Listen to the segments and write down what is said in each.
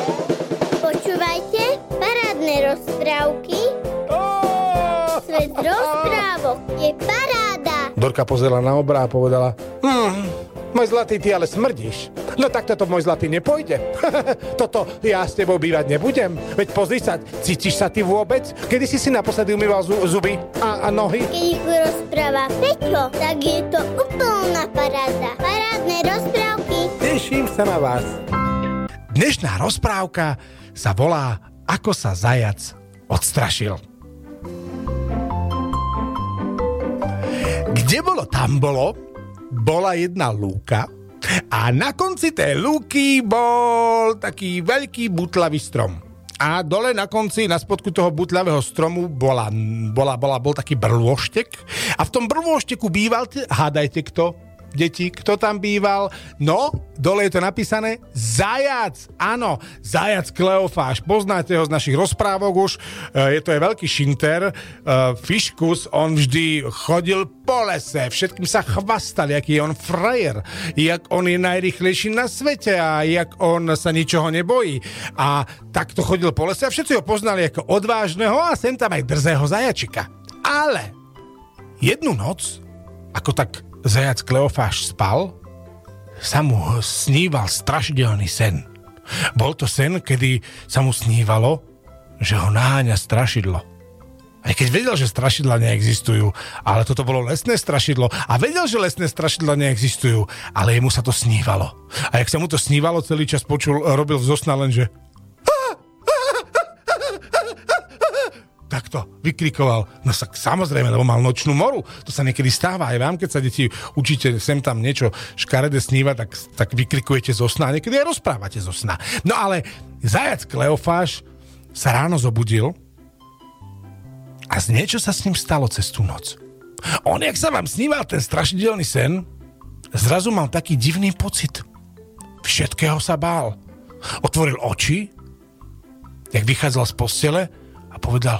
Počúvajte parádne rozprávky. Svet rozprávok je paráda. Dorka pozerala na obra a povedala: môj zlatý, ty ale smrdíš. No tak toto, môj zlatý, nepôjde. Toto ja s tebou bývať nebudem. Veď pozri sa, cítiš sa ty vôbec? Kedy si naposledy umýval zuby a nohy? Keď ich rozpráva Peťo, tak je to úplná paráda. Parádne rozprávky. Teším sa na vás. Dnešná rozprávka sa volá Ako sa zajac odstrašil. Kde bolo, tam bolo. Bola jedna lúka a na konci tej lúky bol taký veľký butľavý strom. A dole na konci, na spodku toho butľavého stromu bol taký brvôštek. A v tom brvôšteku býval, hádajte kto? Deti, kto tam býval? No, dole je to napísané zajac. Áno, zajac Kleofáš. Poznáte ho z našich rozprávok už. Je to aj veľký šinter. Fiškus, on vždy chodil po lese. Všetkým sa chvastal, jaký je on frajer. Jak on je najrýchlejší na svete a jak on sa ničoho nebojí. A takto chodil po lese a všetci ho poznali ako odvážneho a sem tam aj drzého zajačika. Ale jednu noc, ako tak zajac Kleofáš spal, sa mu sníval strašidelný sen. Bol to sen, kedy sa mu snívalo, že ho naháňa strašidlo. Aj keď vedel, že strašidla neexistujú, ale toto bolo lesné strašidlo a vedel, že lesné strašidla neexistujú, ale jemu sa to snívalo. A jak sa mu to snívalo, celý čas robil vzosna lenže takto vykrikoval. No samozrejme, lebo mal nočnú moru. To sa niekedy stáva aj vám, keď sa deti učíte sem tam niečo škaredé snívať, tak vykrikujete zo sna a niekedy aj rozprávate zo sna. No ale zajac Kleofáš sa ráno zobudil a niečo sa s ním stalo cez tú noc. On, jak sa vám sníval ten strašidelný sen, zrazu mal taký divný pocit. Všetkého sa bál. Otvoril oči, jak vychádzal z postele a povedal: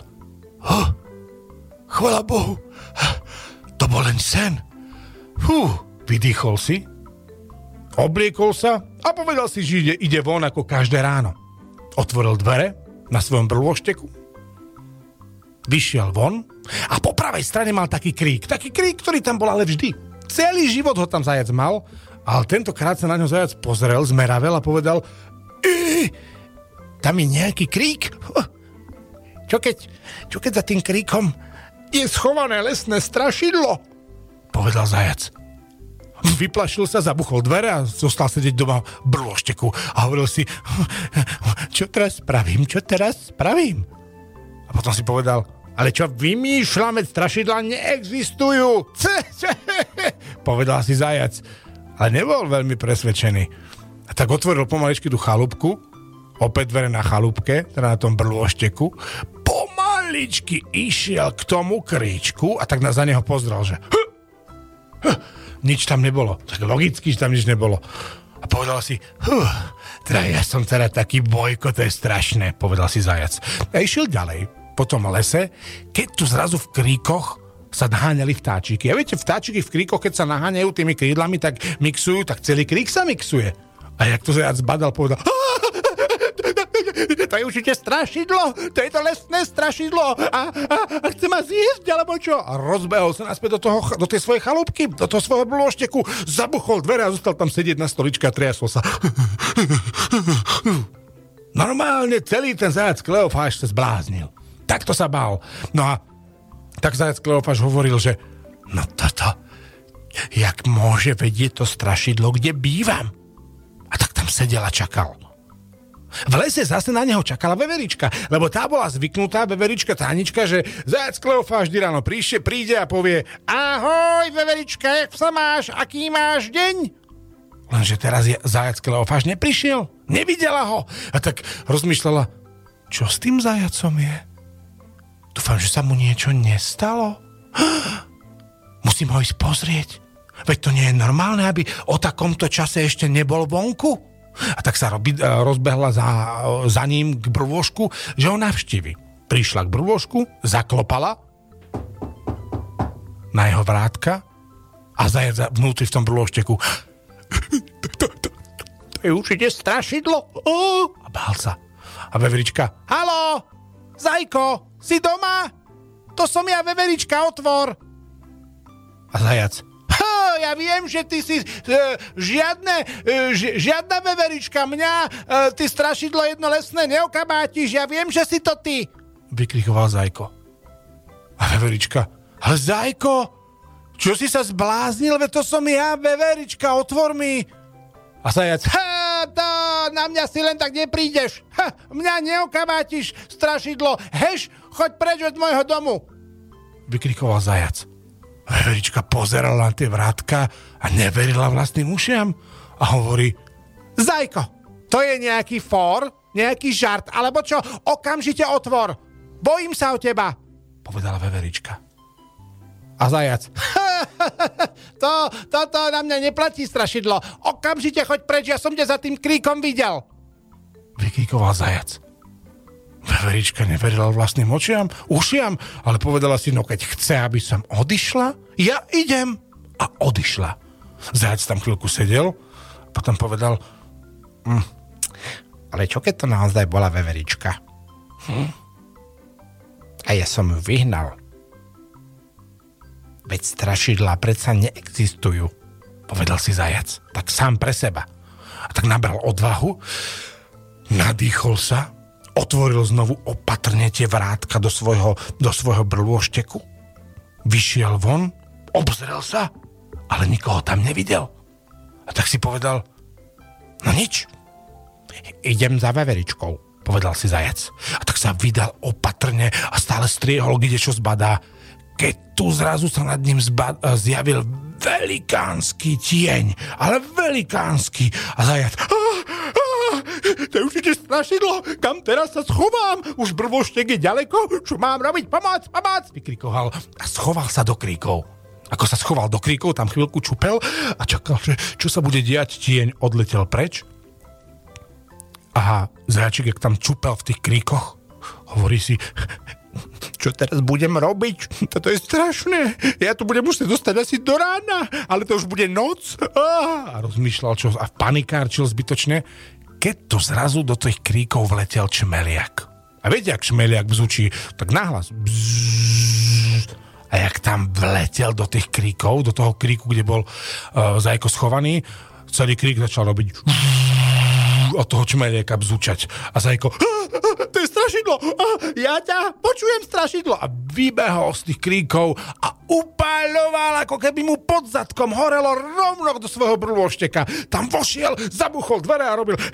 chvála Bohu, to bol len sen. Vydýchol si, obliekol sa a povedal si, že ide von ako každé ráno. Otvoril dvere na svojom brvôšteku, vyšiel von a po pravej strane mal taký krík, ktorý tam bol ale vždy. Celý život ho tam zajac mal, ale tentokrát sa na ňo zajac pozrel, zmeravel a povedal: tam je nejaký krík? Čo keď za tým kríkom je schované lesné strašidlo? Povedal zajac. Vyplašil sa, zabuchol dvere a zostal sedieť doma v brvôšteku a hovoril si: čo teraz spravím? A potom si povedal: ale čo vymýšľame, strašidla neexistujú. Povedal si zajac, ale nebol veľmi presvedčený. A tak otvoril pomaličky tú chalúbku, opäť dvere na chalúbke, teda na tom brvôšteku, pomaličky išiel k tomu kríčku a tak za neho pozrel, že nič tam nebolo. Tak logicky, že tam nič nebolo. A povedal si: ja som teda taký bojko, to je strašné, povedal si zajac. A išiel ďalej po tom lese, keď tu zrazu v kríkoch sa naháňali vtáčiky. A viete, vtáčiky v kríkoch, keď sa naháňajú tými krídlami, tak mixujú, tak celý krík sa mixuje. A jak to zajac badal, povedal: to je určite strašidlo, to je to lesné strašidlo a chce ma zjesť, alebo čo? A rozbehol sa naspäť do tej svojej chalúbky, do toho svojho brvôšteku, zabuchol dvere a zostal tam sedieť na stoličke a triasol sa. Normálne celý ten zajac Kleofáš sa zbláznil. Takto sa bál. No a tak zajac Kleofáš hovoril, že no toto, jak môže vedieť to strašidlo, kde bývam? A tak tam sedel a čakal. V lese zase na neho čakala veverička, lebo tá bola zvyknutá, veverička Tánička, že zajac Kleofáš vždy ráno príde a povie: ahoj, veverička, jak sa máš, aký máš deň? Lenže teraz zajac Kleofáš neprišiel, nevidela ho. A tak rozmýšľala, čo s tým zajacom je? Dúfam, že sa mu niečo nestalo. Musím ho ísť pozrieť. Veď to nie je normálne, aby o takomto čase ešte nebol vonku. A tak sa rozbehla za ním k brvôšku, že ho navštívi. Prišla k brvôšku, zaklopala na jeho vrátka a zajac vnútri v tom brvôšteku: to je určite strašidlo. A bál sa. A veverička, haló, Zajko, si doma? To som ja, veverička, otvor. A zajac, ja viem, že ty si žiadna veverička, mňa ty strašidlo jedno lesné neokabátiš, ja viem, že si to ty. Vykrikoval Zajko. A veverička, ale Zajko, čo si sa zbláznil, veď to som ja, veverička, otvor mi. A zajac, to na mňa si len tak neprídeš. Mňa neokabátiš, strašidlo, heš, choď preč od môjho domu. Vykrikoval zajac. Veverička pozerala na tie vrátka a neverila vlastným ušiam a hovorí, Zajko, to je nejaký fór, nejaký žart, alebo čo, okamžite otvor. Bojím sa o teba, povedala veverička. A zajac, toto na mňa neplatí, strašidlo. Okamžite choď preč, ja som ťa za tým kríkom videl. Vykrikoval zajac. Veverička neverila vlastným ušiam, ale povedala si, no keď chce, aby som odišla, ja idem. A odišla. Zajac tam chvíľku sedel, potom povedal, ale čo keď to naozaj bola veverička? A ja som ju vyhnal. Veď strašidlá predsa neexistujú, povedal si zajac, tak sám pre seba. A tak nabral odvahu, nadýchol sa, otvoril znovu opatrne tie vrátka do svojho brlôšteku, vyšiel von, obzrel sa, ale nikoho tam nevidel. A tak si povedal, no nič, idem za veveričkou, povedal si zajac. A tak sa vydal opatrne a stále striehol, kde čo zbadá, keď tu zrazu sa nad ním zjavil velikánsky tieň, ale velikánsky. A zajac, to je určite strašidlo, kam teraz sa schovám? Už brvôštek je ďaleko, čo mám robiť? Pomoc, vykrikoval a schoval sa do kríkov. Ako sa schoval do kríkov, tam chvíľku čupel a čakal, že čo sa bude diať, tieň odletel preč. A zajačik, jak tam čupel v tých kríkoch, hovorí si, čo teraz budem robiť? Toto je strašné. Ja tu budem musieť zostať asi do rána, ale to už bude noc. A rozmýšľal, a panikárčil zbytočne, keď to zrazu do tých kríkov vletel čmeliak. A viete, ak čmeliak bzučí, tak nahlas. A jak tam vletel do tých kríkov, do toho kríku, kde bol Zajko schovaný, celý krík začal robiť od toho čmeliaka bzučať. A Zajko, to je strašidlo, ja ťa počujem, strašidlo. A vybehol z tých kríkov a upáľoval, ako keby mu pod zadkom horelo rovno do svojho brlôšteka. Tam vošiel, zabuchol dvere a robil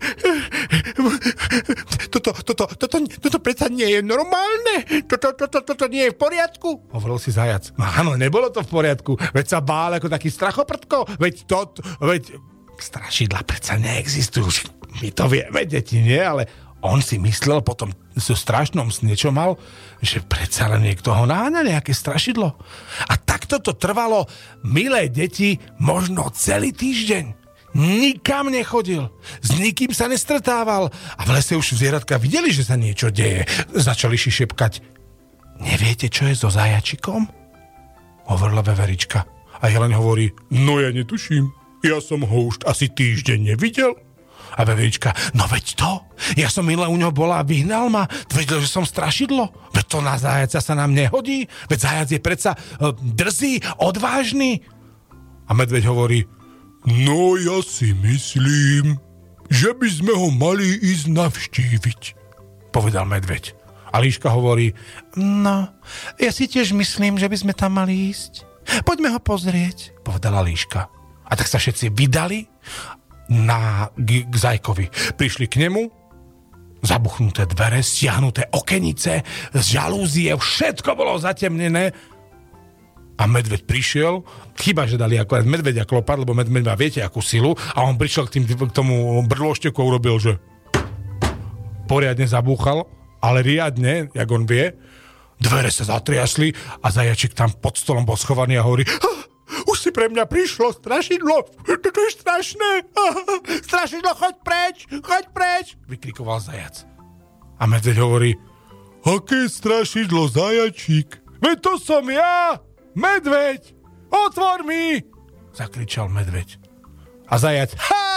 toto predsa nie je normálne, toto nie je v poriadku, hovoril si zajac. No áno, nebolo to v poriadku, veď sa bál ako taký strachoprdko, veď strašidla predsa neexistujú, my to vieme, deti, nie, ale on si myslel potom so strašnom sne, čo mal, že predsa len niekto ho náňa nejaké strašidlo. A takto to trvalo, milé deti, možno celý týždeň. Nikam nechodil, s nikým sa nestretával a v lese už zvieratka videli, že sa niečo deje. Začali šišepkať. Neviete, čo je so zajačikom? Hovorila veverička. A Jeleň hovorí, no ja netuším, ja som ho už asi týždeň nevidel. A veverička, no veď to, ja som milé u ňoho bola a vyhnal ma, vedel, že som strašidlo, veď to na zajaca sa nám nehodí, veď zajac je predsa drzý, odvážny. A medveď hovorí, no ja si myslím, že by sme ho mali ísť navštíviť, povedal medveď. A líška hovorí, no, ja si tiež myslím, že by sme tam mali ísť. Poďme ho pozrieť, povedala líška. A tak sa všetci vydali k Zajkovi. Prišli k nemu, zabuchnuté dvere, stiahnuté okenice, žalúzie, všetko bolo zatemnené. A medveď prišiel, chyba, že dali akorát medveďa klopať, lebo medveď má viete akú silu, a on prišiel k tomu brlôšteku a urobil, že poriadne zabúchal, ale riadne, jak on vie. Dvere sa zatriasli a zajačik tam pod stolom bol schovaný a hovorí, už si pre mňa prišlo strašidlo, toto je strašné, strašidlo, choď preč, vykrikoval zajac. A medveď hovorí, aké strašidlo, zajačík, veď to som ja, medveď, otvor mi, zakričal medveď. A zajac,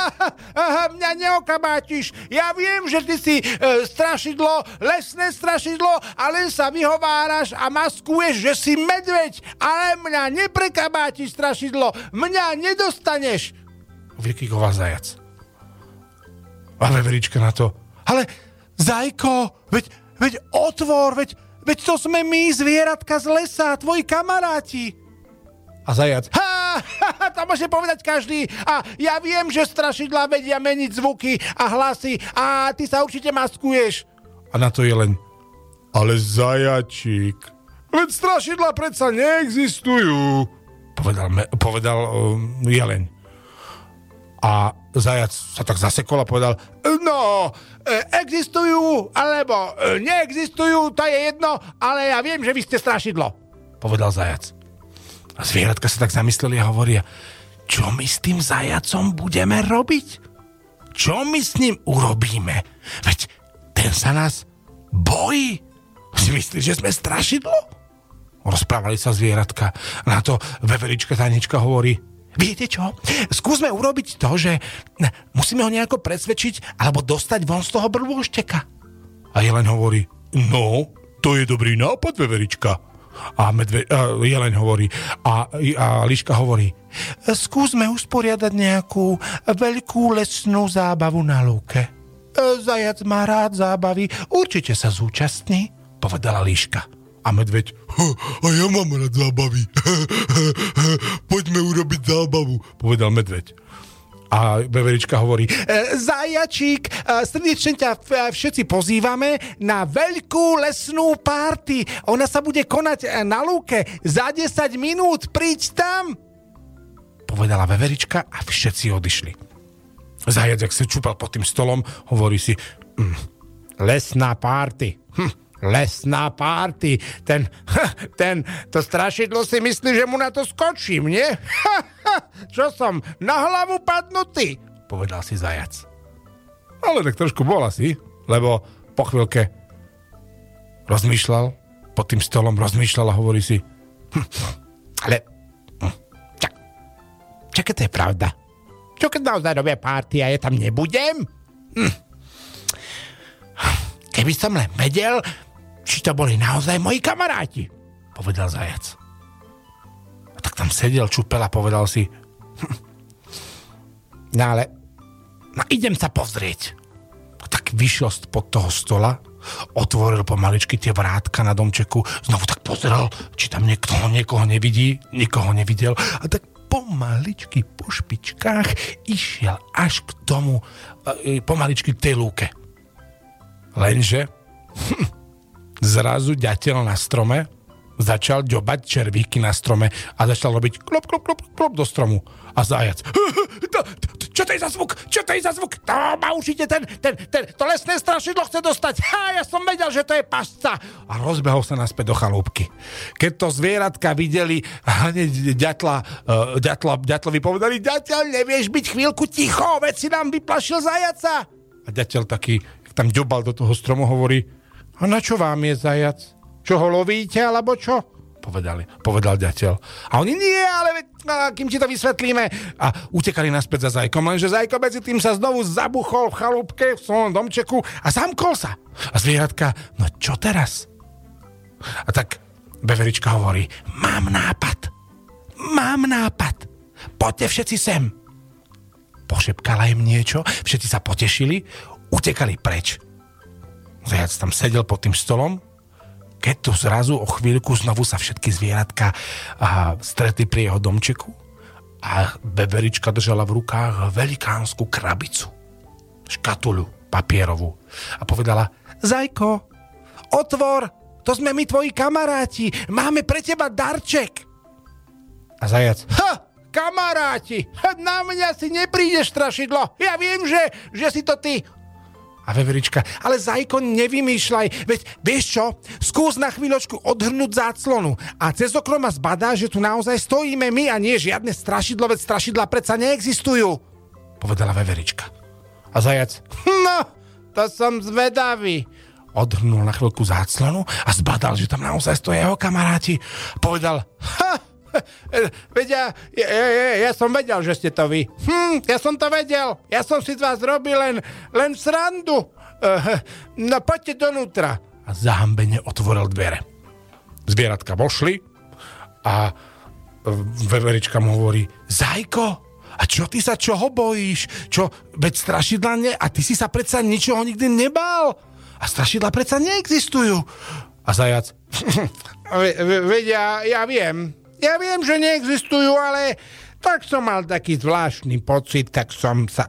mňa neokabátiš. Ja viem, že ty si strašidlo, lesné strašidlo a len sa vyhováraš a maskuješ, že si medveď, ale mňa neprekabátiš strašidlo. Mňa nedostaneš. Vykríkoval zajac. A veverička na to, ale Zajko, veď otvor, veď to sme my, zvieratka z lesa, tvoji kamaráti. A zajac, to môže povedať každý. A ja viem, že strašidlá vedia meniť zvuky a hlasy a ty sa určite maskuješ. A na to jeleň, ale zajačík, veď strašidlá predsa neexistujú, povedal jeleň. A zajac sa tak zasekol a povedal, no, existujú, alebo neexistujú, to je jedno, ale ja viem, že vy ste strašidlo, povedal zajac. A zvieratka sa tak zamysleli a hovoria, čo my s tým zajacom budeme robiť? Čo my s ním urobíme? Veď ten sa nás bojí. Si myslíš, že sme strašidlo? Rozprávali sa zvieratka. Na to veverička tajnička hovorí, viete čo? Skúsme urobiť to, že musíme ho nejako presvedčiť alebo dostať von z toho brvôšteka. A jeleň hovorí, no, to je dobrý nápad, veverička. A jeleň hovorí a líška hovorí, skúsme usporiadať nejakú veľkú lesnú zábavu na lúke. Zajac má rád zábavy, určite sa zúčastní, povedala líška. A medveď, a ja mám rád zábavy. Poďme urobiť zábavu, povedal medveď. A veverička hovorí, zajačík, srdečne ťa všetci pozývame na veľkú lesnú party. Ona sa bude konať na lúke. Za 10 minút príď tam. Povedala veverička a všetci odišli. Zajac, ak sa čúpal pod tým stolom, hovorí si, lesná party. Lesná party. To strašidlo si myslí, že mu na to skočím, nie? Čo som, na hlavu padnutý? Povedal si zajac. Ale tak trošku bol asi, lebo po chvíľke rozmýšľal, pod tým stolom rozmýšľal a hovorí si, ale čakaj, to je pravda. Čo keď naozaj robia party a ja tam nebudem? Keby som len vedel, či to boli naozaj moji kamaráti, povedal zajac. A tak tam sedel, čupel a povedal si, idem sa pozrieť. A tak vyšiel spod toho stola, otvoril pomaličky tie vrátka na domčeku, znovu tak pozrel, či tam niekoho nevidí, nikoho nevidel a tak pomaličky po špičkách išiel až k tomu, pomaličky k tej lúke. Lenže zrazu ďateľ na strome začal ďobať červíky na strome a začal robiť klop, klop, klop, klop do stromu. A zajac, čo to je za zvuk? Čo to je za zvuk? To ma určite to lesné strašidlo chce dostať. Ja som vedel, že to je pasca. A rozbehol sa naspäť do chalúbky. Keď to zvieratka videli, ďatlovi povedali, ďateľ, nevieš byť chvíľku ticho, veď si nám vyplašil zajaca. A ďateľ taký, tam ďobal do toho stromu, hovorí, a na čo vám je zajac? Čo ho lovíte, alebo čo? Povedal ďateľ. A oni, nie, ale kým ti to vysvetlíme. A utekali naspäť za zajkom, lenže zajko medzi tým sa znovu zabuchol v chalúbke, v svojom domčeku a zamkol sa. A zvieratka, no čo teraz? A tak veverička hovorí, mám nápad. Poďte všetci sem. Pošepkala im niečo, všetci sa potešili, utekali preč. Zajac tam sedel pod tým stolom, keď tu zrazu o chvíľku znovu sa všetky zvieratka stretli pri jeho domčeku a veverička držala v rukách velikánsku krabicu, škatuľu papierovú a povedala, Zajko, otvor, to sme my tvoji kamaráti, máme pre teba darček. A zajac, kamaráti, na mňa si neprídeš, strašidlo, ja viem, že si to ty. A veverička, ale Zajko, nevymýšľaj, veď vieš čo, skús na chvíľočku odhrnúť záclonu a cez okno ma zbadá, že tu naozaj stojíme my a nie žiadne strašidlo, veď strašidlá predsa neexistujú, povedala veverička. A zajac, no, to som zvedavý. Odhrnul na chvíľku záclonu a zbadal, že tam naozaj stojí jeho kamaráti. Povedal, Veď ja som vedel, že ste to vy. Ja som to vedel. Ja som si z vás robil len srandu. No poďte donútra. A zahambene otvoril dvere. Zvieratka vošli a veverička mu hovorí: Zajko, a čo ty sa čoho bojíš? Veď strašidlá a ty si sa predsa ničoho nikdy nebál. A strašidlá predsa neexistujú. A zajac: veď ja viem. Ja viem, že neexistujú, ale tak som mal taký zvláštny pocit, tak som sa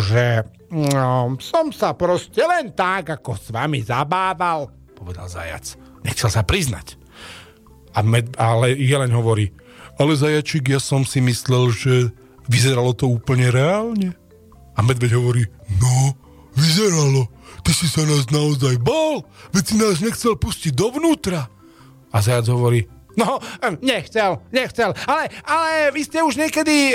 som sa proste len tak, ako s vami zabával, povedal zajac. Nechcel sa priznať. Ale jeleň hovorí: ale zajačík, ja som si myslel, že vyzeralo to úplne reálne. A medveď hovorí: no, vyzeralo. Ty si sa nás naozaj bál, veď si nás nechcel pustiť dovnútra. A zajac hovorí: no, nechcel, ale vy ste už niekedy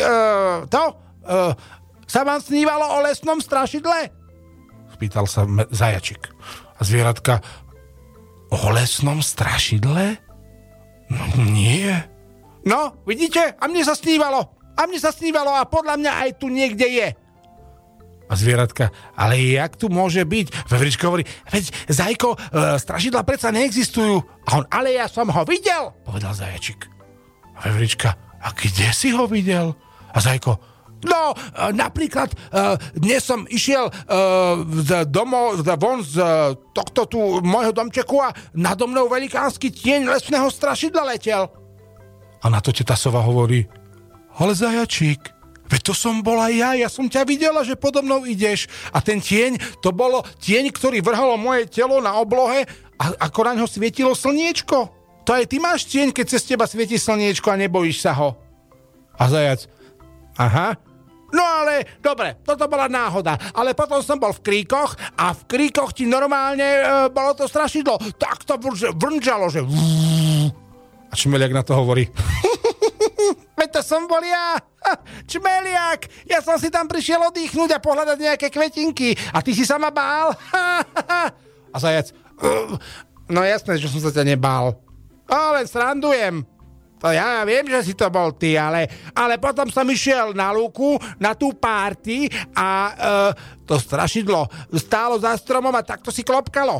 sa vám snívalo o lesnom strašidle? Spýtal sa zajačik. A zvieratka: o lesnom strašidle? No nie. No, vidíte? A mne sa snívalo a podľa mňa aj tu niekde je. A zvieratka: ale jak tu môže byť? Veverička hovorí: veď Zajko, strašidla predsa neexistujú. A on: ale ja som ho videl, povedal zajačik. A veverička: a kde si ho videl? A Zajko: no, napríklad dnes som išiel von z tohto tu môjho domčeku a nado mnou velikánsky tieň lesného strašidla letel. A na to teta sova hovorí: ale zajačík, veď to som bola ja som ťa videla, že podo mnou ideš. A ten tieň, to bolo tieň, ktorý vrhalo moje telo na oblohe a ako na ňo svietilo slniečko. To aj ty máš tieň, keď cez teba svieti slniečko a nebojíš sa ho. A zajac: aha. No ale, dobre, toto bola náhoda. Ale potom som bol v kríkoch a v kríkoch ti normálne bolo to strašidlo. Tak to vrnčalo, že... A Čmeliak na to hovorí: veď to som bol ja, Čmeliak, ja som si tam prišiel oddychnúť a pohľadať nejaké kvetinky a ty si sa ma bál. A zajac: no jasné, že som sa ťa nebál. Len srandujem. To ja viem, že si to bol ty, ale potom som išiel na lúku, na tú párty a to strašidlo stálo za stromom a takto si klopkalo.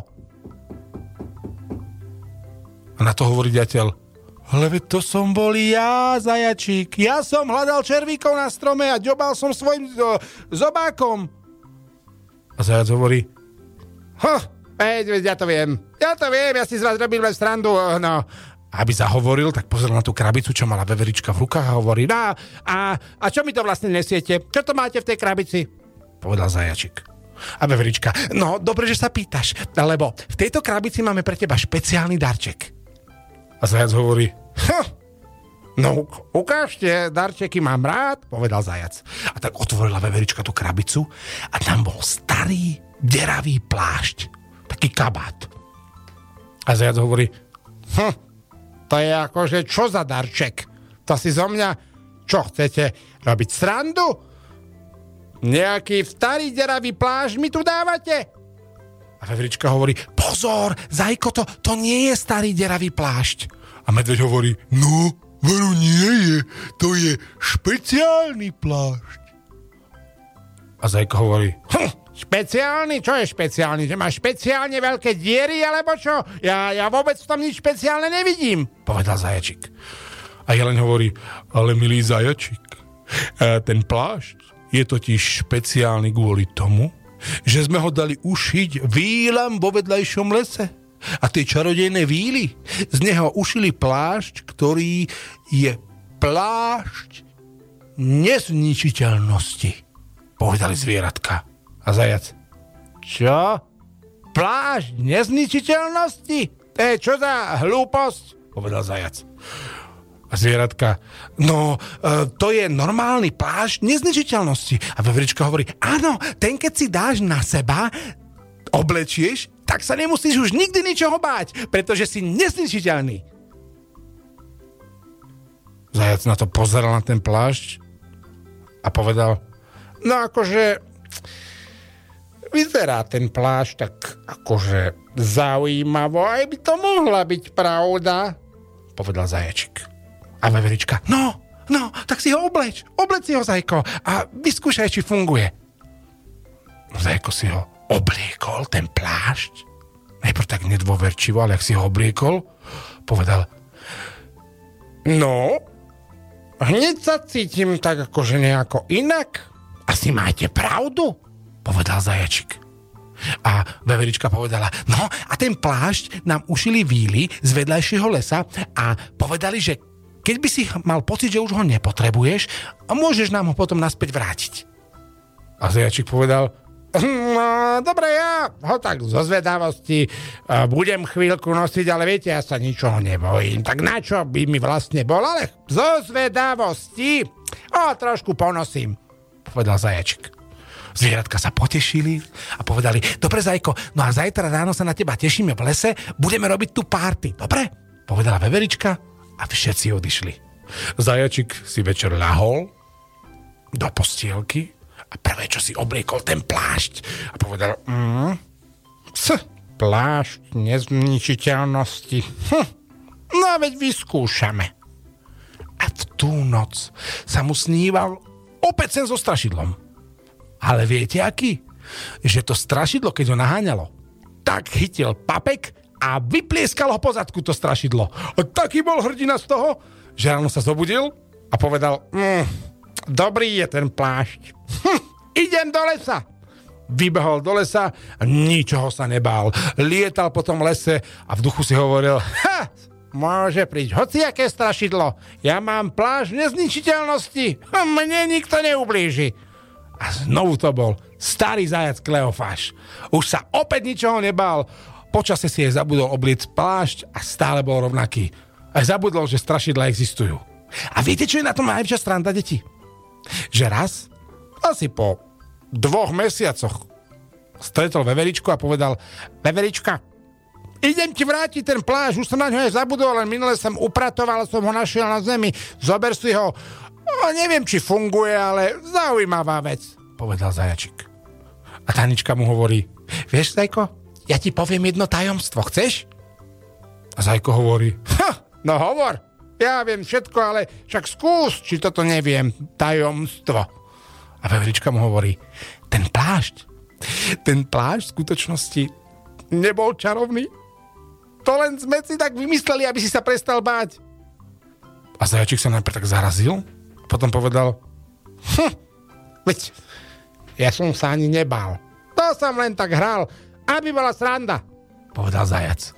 A na to hovorí ďateľ: ale veď to som bol ja, zajačík. Ja som hľadal červíkov na strome a ďobal som svojim zobákom. A zajac hovorí: ja to viem, ja si z vás robím len srandu, no. Aby zahovoril, tak pozrel na tú krabicu, čo mala veverička v rukách a hovorí: a čo mi to vlastne nesiete? Čo to máte v tej krabici? Povedal zajačik. A veverička: no, dobre, že sa pýtaš, lebo v tejto krabici máme pre teba špeciálny darček. A zajac hovorí: no, ukážte, darčeky mám rád, povedal zajac. A tak otvorila veverička tú krabicu a tam bol starý, deravý plášť. Taký kabát. A zajac hovorí: to je akože čo za darček? To si zo mňa, čo chcete, robiť srandu? Nejaký starý deravý plášť mi tu dávate? A veverička hovorí: pozor, Zajko, to nie je starý deravý plášť. A medveď hovorí: no, veru nie je, to je špeciálny plášť. A Zajko hovorí: špeciálny? Čo je špeciálny? Že máš špeciálne veľké diery, alebo čo? Ja vôbec tam nič špeciálne nevidím, povedal zajačik. A jeleň hovorí: ale milý zajačik, ten plášť je totiž špeciálny kvôli tomu, že sme ho dali ušiť vílam vo vedľajšom lese. A tie čarodejné víly z neho ušili plášť, ktorý je plášť nezničiteľnosti, povedali zvieratka. A zajac: čo? Plášť nezničiteľnosti? Čo za hlúposť? Povedal zajac. A zvieratka: no, to je normálny plášť nezničiteľnosti. A veverička hovorí: áno, ten keď si dáš na seba, oblečieš, tak sa nemusíš už nikdy ničoho báť, pretože si nezničiteľný. Zajac na to pozeral na ten plášť a povedal: no akože vyzerá ten plášť tak akože zaujímavo, aj by to mohla byť pravda, povedal zajačik. A veverička, no, tak si ho obleč si ho, Zajko, a vyskúšaj, či funguje. Zajko si ho obliekol, ten plášť. Najprv tak nedôverčivo, ale ak si ho obliekol, povedal, no, hneď sa cítim tak akože nejako inak. Asi máte pravdu, povedal zajačik. A veverička povedala, no a ten plášť nám ušili víly z vedľajšieho lesa a povedali, že keď by si mal pocit, že už ho nepotrebuješ, môžeš nám ho potom naspäť vrátiť. A zajačik povedal, no, dobre, ja ho tak zo zvedavosti budem chvíľku nosiť, ale viete, ja sa ničoho nebojím. Tak na čo by mi vlastne bol, ale zo zvedavosti trošku ponosím, povedal zajačik. Zvieratka sa potešili a povedali, dobre, Zajko, no a zajtra ráno sa na teba tešíme v lese, budeme robiť tú party, dobre? Povedala veverička a všetci odišli. Zajačik si večer ľahol do postielky a prvé, čo si obliekol, ten plášť. A povedal, plášť nezničiteľnosti. No veď vyskúšame. A v tú noc sa mu sníval opäť sen so strašidlom. Ale viete aký? Že to strašidlo, keď ho naháňalo, tak chytil papek a vyplieskal ho po zadku to strašidlo. A taký bol hrdina z toho, že ráno sa zobudil a povedal, dobrý je ten plášť. Idem do lesa. Vybehol do lesa a ničoho sa nebál. Lietal po tom lese a v duchu si hovoril, môže prísť hociaké strašidlo. Ja mám plášť nezničiteľnosti. Mne nikto neublíži. A znovu to bol starý zajac Kleofáš. Už sa opäť ničoho nebál. Počase si jej zabudol obliec plášť a stále bol rovnaký. A zabudol, že strašidlá existujú. A viete, čo je na tom najväčšia sranda, deti? Že raz, asi po 2 mesiacoch, stretol veveričku a povedal, veverička, idem ti vrátiť ten plášť, už som na ňo aj zabudol, len minule som upratoval, som ho našiel na zemi, zober si ho. Neviem, či funguje, ale zaujímavá vec, povedal zajačik. A Tanička mu hovorí, vieš, Zajko, ja ti poviem jedno tajomstvo, chceš? A Zajko hovorí, no hovor, ja viem všetko, ale však skús, či toto neviem, tajomstvo. A veverička mu hovorí, ten plášť v skutočnosti nebol čarovný. To len sme si tak vymysleli, aby si sa prestal báť. A zajačik sa najprv tak zarazil, potom povedal, veď, ja som sa ani nebál. To som len tak hral, aby bola sranda, povedal zajac.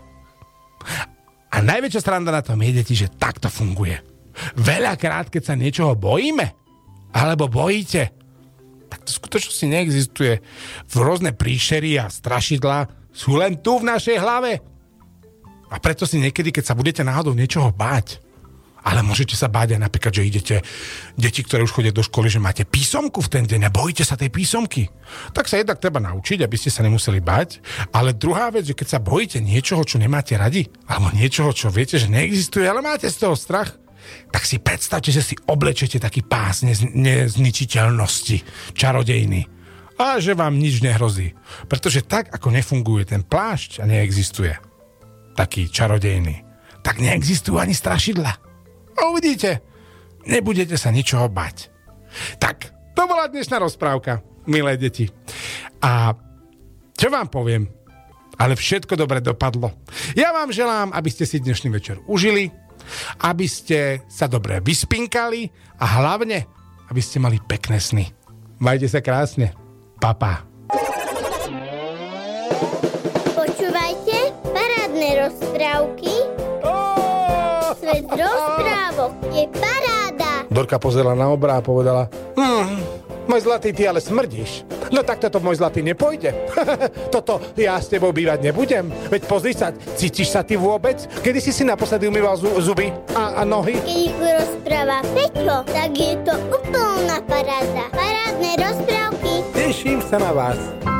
A najväčšia sranda na tom je, deti, že takto funguje. Veľakrát, keď sa niečoho bojíme, alebo bojíte, tak to v skutočnosti neexistuje. Rôzne príšery a strašidlá sú len tu v našej hlave. A preto si niekedy, keď sa budete náhodou niečoho báť, ale môžete sa báť aj napríklad, že idete, deti, ktoré už chodia do školy, že máte písomku v ten deň a bojíte sa tej písomky, tak sa jednak treba naučiť, aby ste sa nemuseli báť. Ale druhá vec, že keď sa bojíte niečoho, čo nemáte radi, alebo niečoho, čo viete, že neexistuje, ale máte z toho strach, tak si predstavte, že si oblečete taký pás nezničiteľnosti, čarodejný. A že vám nič nehrozí. Pretože tak, ako nefunguje ten plášť a neexistuje taký čarodejný, tak neexistujú ani strašidla. A uvidíte, nebudete sa ničoho bať. Tak, to bola dnešná rozprávka, milé deti. A čo vám poviem? Ale všetko dobre dopadlo. Ja vám želám, aby ste si dnešný večer užili, aby ste sa dobre vyspinkali a hlavne, aby ste mali pekné sny. Majte sa krásne. Pa, pa. Počúvajte parádne rozprávky. Svet rozprávok je paráda. Dorka pozerala na obra a povedala, môj zlatý, ty ale smrdíš. No tak toto, môj zlatý, nepôjde. Toto ja s tebou bývať nebudem. Veď pozri sa, cítiš sa ty vôbec? Kedy si naposledy umýval zuby a nohy? Keď ich rozpráva Peťo, tak je to úplná paráda. Parádne rozprávky. Teším sa na vás.